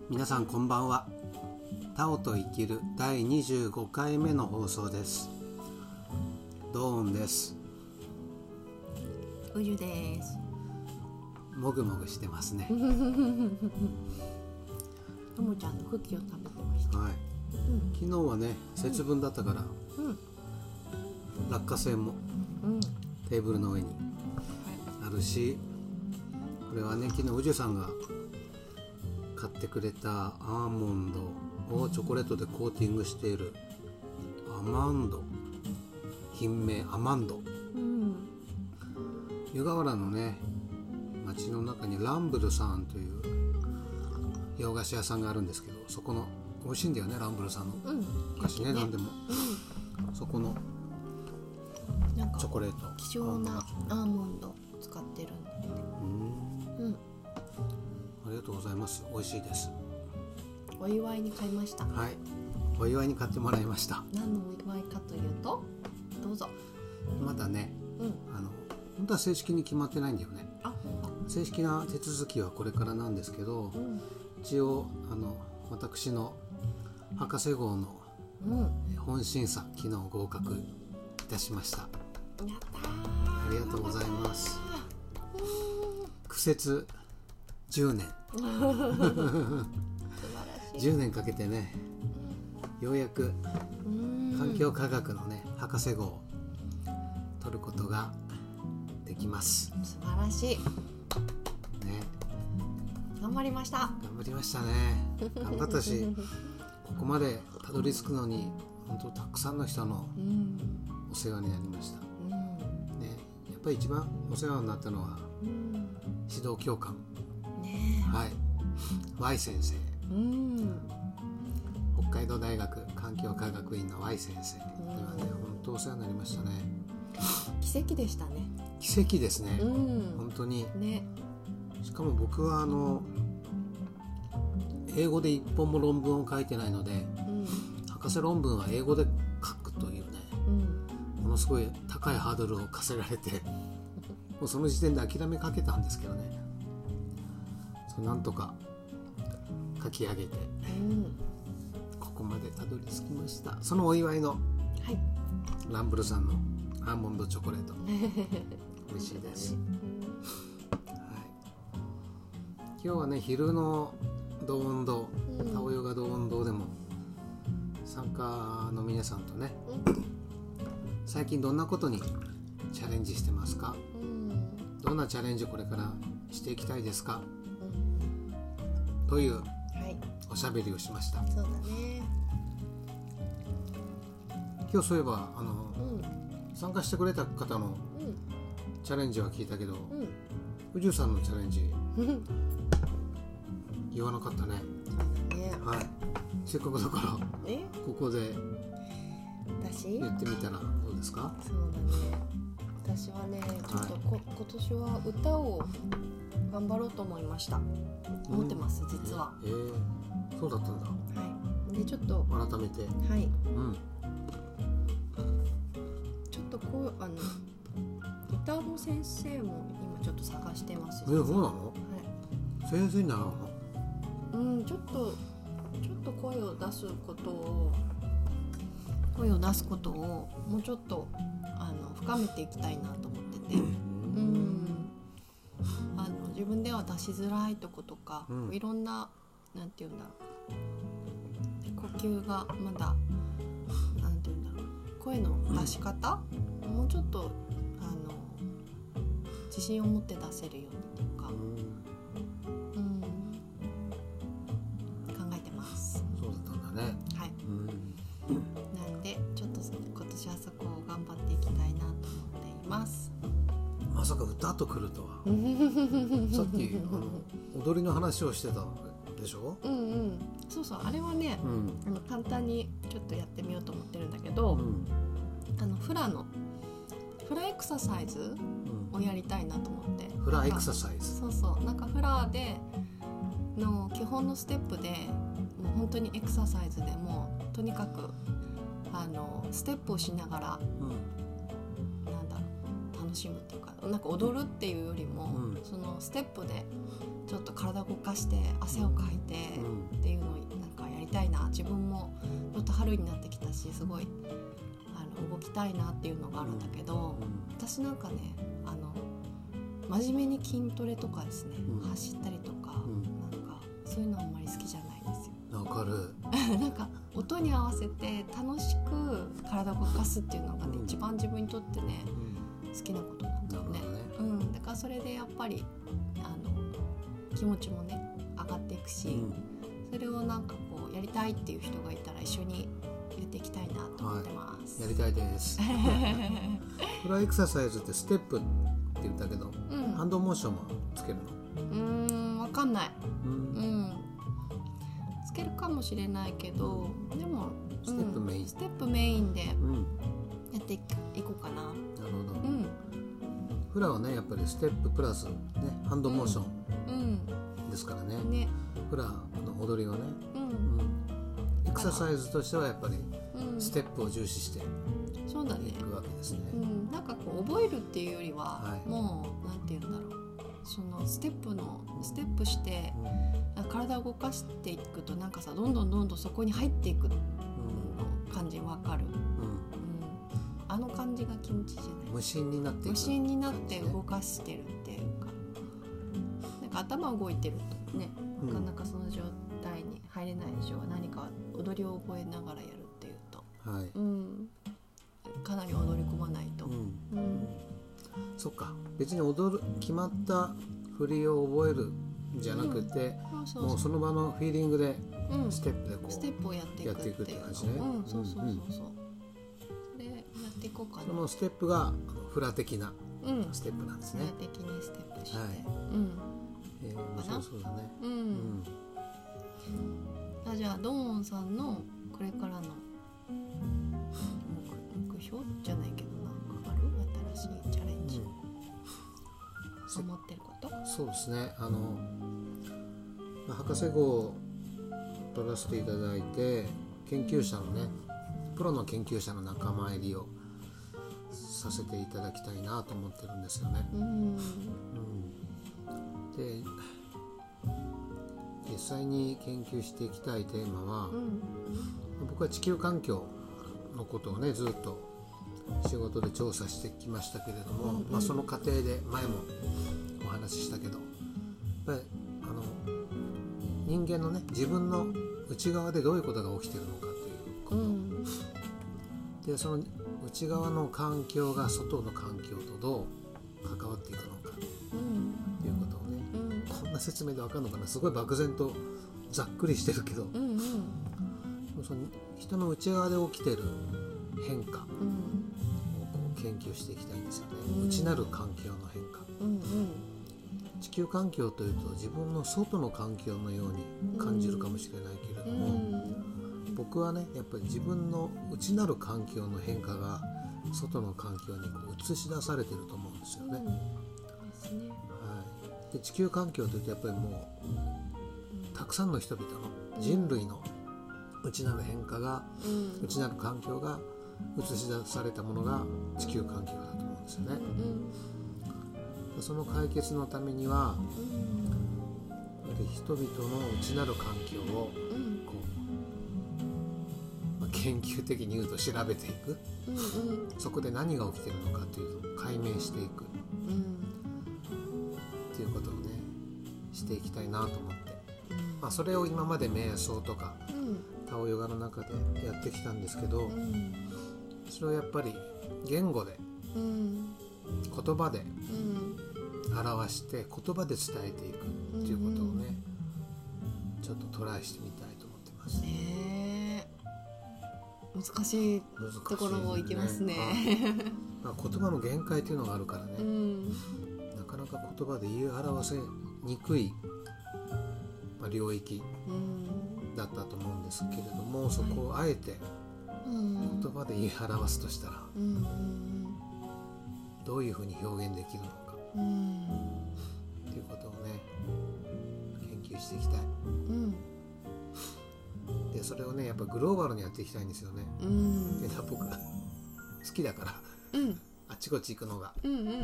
皆さんこんばんは。タオと生きる第25回目の放送です。ドーンです。 うじゅです。 もぐもぐしてますね。 ともちゃんのクッキーを食べてました。 はい、昨日はね節分だったから、落花生もテーブルの上にあるし、これはね昨日うじゅさんが買ってくれたアーモンドをチョコレートでコーティングしているアマンド、品名アマンド、湯河原のね町の中にランブルさんという洋菓子屋さんがあるんですけど、そこの美味しいんだよね、ランブルさんのお菓子ね、何でも、そこのチョコレート、 希少なアーモンドを使ってるんだよね。 ありがとうございます。美味しいです。 お祝いに買いました。 はい、お祝いに買ってもらいました。 何のお祝いかというと、どうぞ。 まだね、本当は正式に決まってないんだよね。正式な手続きはこれからなんですけど、一応私の博士号の本審査、昨日合格いたしました。 やったー。 ありがとうございます。苦節10年10年かけてね、ようやく環境科学のね博士号を取ることができます。 素晴らしいね、 頑張りました。 頑張りましたね。頑張ったしここまでたどり着くのに本当たくさんの人のお世話になりました、ね、やっぱり一番お世話になったのは指導教官、はい、Y 先生、北海道大学環境科学院の Y 先生にはね、本当お世話になりましたね。 奇跡でしたね。 奇跡ですね、本当に、ね、しかも僕は英語で一本も論文を書いてないので、博士論文は英語で書くというね、ものすごい高いハードルを課せられてもうその時点で諦めかけたんですけどね、なんとか書き上げて、ここまでたどり着きました。そのお祝いの、ランブルさんのアーモンドチョコレート美味しいです、今日はね昼の同音堂、タオヨガ同音堂でも参加の皆さんとね、最近どんなことにチャレンジしてますか、どんなチャレンジをこれからしていきたいですか、というおしゃべりをしました。 そうだね。 今日そういえば参加してくれた方のチャレンジは聞いたけど、宇宙さんのチャレンジ言わなかったね。はい、せっかくだからここで言ってみたらどうですか。 そうだね。私はねちょっと今年は歌を頑張ろうと思いました。思ってます、実は。 そうだったんだ。 でちょっと改めて、 ちょっとこう歌の先生も今ちょっと探してます。 そうなの？先生になるの？ ちょっと声を出すことをもうちょっと深めていきたいなと思ってて、自分では出しづらいとことか、いろんななんていうんだろう、呼吸がまだなんていうんだろう、声の出し方、もうちょっと自信を持って出せるようにとか、考えてます。 そうだったんだね。 はい。なんでちょっと今年はそこを頑張っていきたいなと思っています。 まさか歌と来るとは。さっき踊りの話をしてたでしょ。 そうそう、あれはね、簡単にちょっとやってみようと思ってるんだけど、フラエクササイズをやりたいなと思って。 フラエクササイズ。 そうそう、なんかフラでの基本のステップでもう本当にエクササイズでもうとにかくステップをしながら、なんだろう、楽楽しむっていうか、なんか踊るっていうよりも、そのステップでちょっと体を動かして汗をかいてっていうのをなんかやりたいな。自分もちょっと春になってきたし、すごい動きたいなっていうのがあるんだけど、私なんかね真面目に筋トレとかですね、走ったりとか、なんかそういうのあんまり好きじゃないんですよ。 わかるなんか音に合わせて楽しく体を動かすっていうのがね、一番自分にとってね、好きなことなんだよね。だからそれでやっぱり気持ちもね上がっていくし、それをなんかこうやりたいっていう人がいたら一緒にやっていきたいなと思ってます、 やりたいですフラエクササイズってステップって言ったけど、ハンドモーションもつけるの？ わかんない。つけるかもしれないけど、でもステップメイン、 ステップメインでやっていこうかな。 なるほど。フラはねやっぱりステッププラスねハンドモーションですからね。フラの踊りはね、エクササイズとしてはやっぱりステップを重視していくわけですね。 なんかこう覚えるっていうよりは、もうなんていうんだろう、そのステップして、体を動かしていくとなんかさ、どんどんそこに入っていく感じわかる。あの感じが気持ちいいじゃない。 無心になっていく、 無心になって動かしてるっていうか、なんか頭動いてるとね、なかなかその状態に入れないでしょう。何か踊りを覚えながらやるっていうと、かなり踊り込まないと。 そっか、別に決まった振りを覚えるんじゃなくて、もうその場のフィーリングでステップでこうステップをやっていくっていう感じね。 そうそれやっていこうかな。 そのステップがフラ的なステップなんですね。 フラ的にステップして、 そうだね。 じゃあドーンさんのこれからの目標じゃないけど、なんかある新しいチャレンジ、思ってること？ そうですね、博士号を取らせていただいて、研究者のね、プロの研究者の仲間入りをさせていただきたいなと思ってるんですよね。で、実際に研究していきたいテーマは、僕は地球環境のことをねずっと仕事で調査してきましたけれども、その過程で前もお話ししたけど、やっぱり人間のね自分の内側でどういうことが起きているのかということで、その内側の環境が外の環境とどう関わっていくのかということをね、こんな説明で分かるのかな、すごい漠然とざっくりしてるけど、その人の内側で起きている変化をこう研究していきたいんですよね。内なる環境の変化、地球環境というと自分の外の環境のように感じるかもしれないけれども、僕はねやっぱり自分の内なる環境の変化が外の環境にこう映し出されていると思うんですよね。で地球環境というとやっぱりもうたくさんの人々の人類の内なる変化が、内なる環境が映し出されたものが地球環境だと思うんですよね。その解決のためには、人々の内なる環境をこう、研究的に言うと調べていく、そこで何が起きているのかというのを解明していく、っていうことをねしていきたいなと思って、それを今まで瞑想とか、タオヨガの中でやってきたんですけど、それをやっぱり言語で、言葉で表して言葉で伝えていくっていうことをね、ちょっとトライしてみたいと思ってます。 難しいところをいきますね。 言葉の限界というのがあるからね、なかなか言葉で言い表せにくい、領域だったと思うんですけれども、そこをあえて言葉で言い表すとしたら、どういうふうに表現できるのかっていうことをね研究していきたい。でそれをねやっぱグローバルにやっていきたいんですよね。で僕が好きだから、 あちこち行くのが、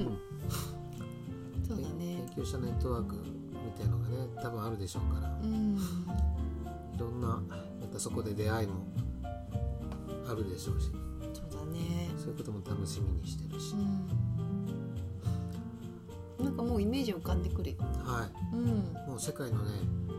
そうだね、 研究者ネットワークみたいのがね多分あるでしょうから、いろんなまたそこで出会いもあるでしょうし、 そうだね、 そういうことも楽しみにしてるし、 なんかもうイメージ浮かんでくるよ。 はい、もう世界のね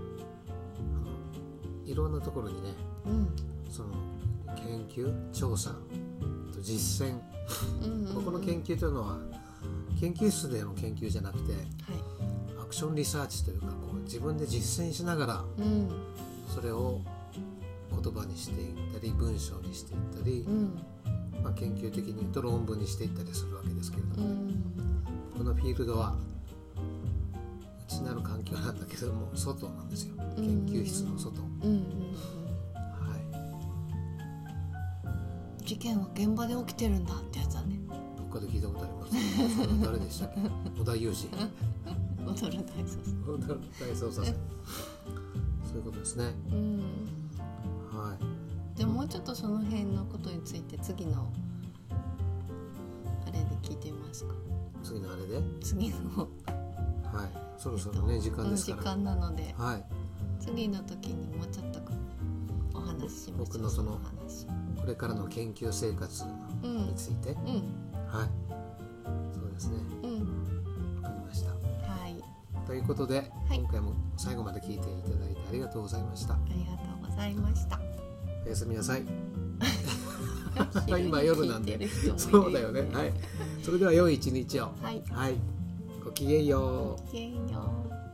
いろんなところにね、その研究調査と実践、この研究というのは研究室での研究じゃなくて、アクションリサーチというかこう自分で実践しながら、それを言葉にしていったり文章にしていったり、研究的に言うと論文にしていったりするわけですけれどもね、このフィールドは内なる環境なんだけども外なんですよ、研究室の外、 事件は現場で起きてるんだってやつだね。 どっかで聞いたことあります、それ誰でしたっけ織田裕二踊る大捜査、 大捜査線そういうことですね、はい。 でももうちょっとその辺のことについて次のあれで聞いてみますか。 次のあれで次のはい、そろそろね、時間ですから。 時間なので、 はい、 次の時にもうちょっとお話ししましょう。 僕のそのこれからの研究生活について、はい、そうですね。わかりました。はい。ということで、今回も最後まで聞いていただいてありがとうございました。 ありがとうございました。 おやすみなさい。今夜なんで、そうだよね。はい。それでは良い一日を。はい。ごきげんよう。 ごきげんよう。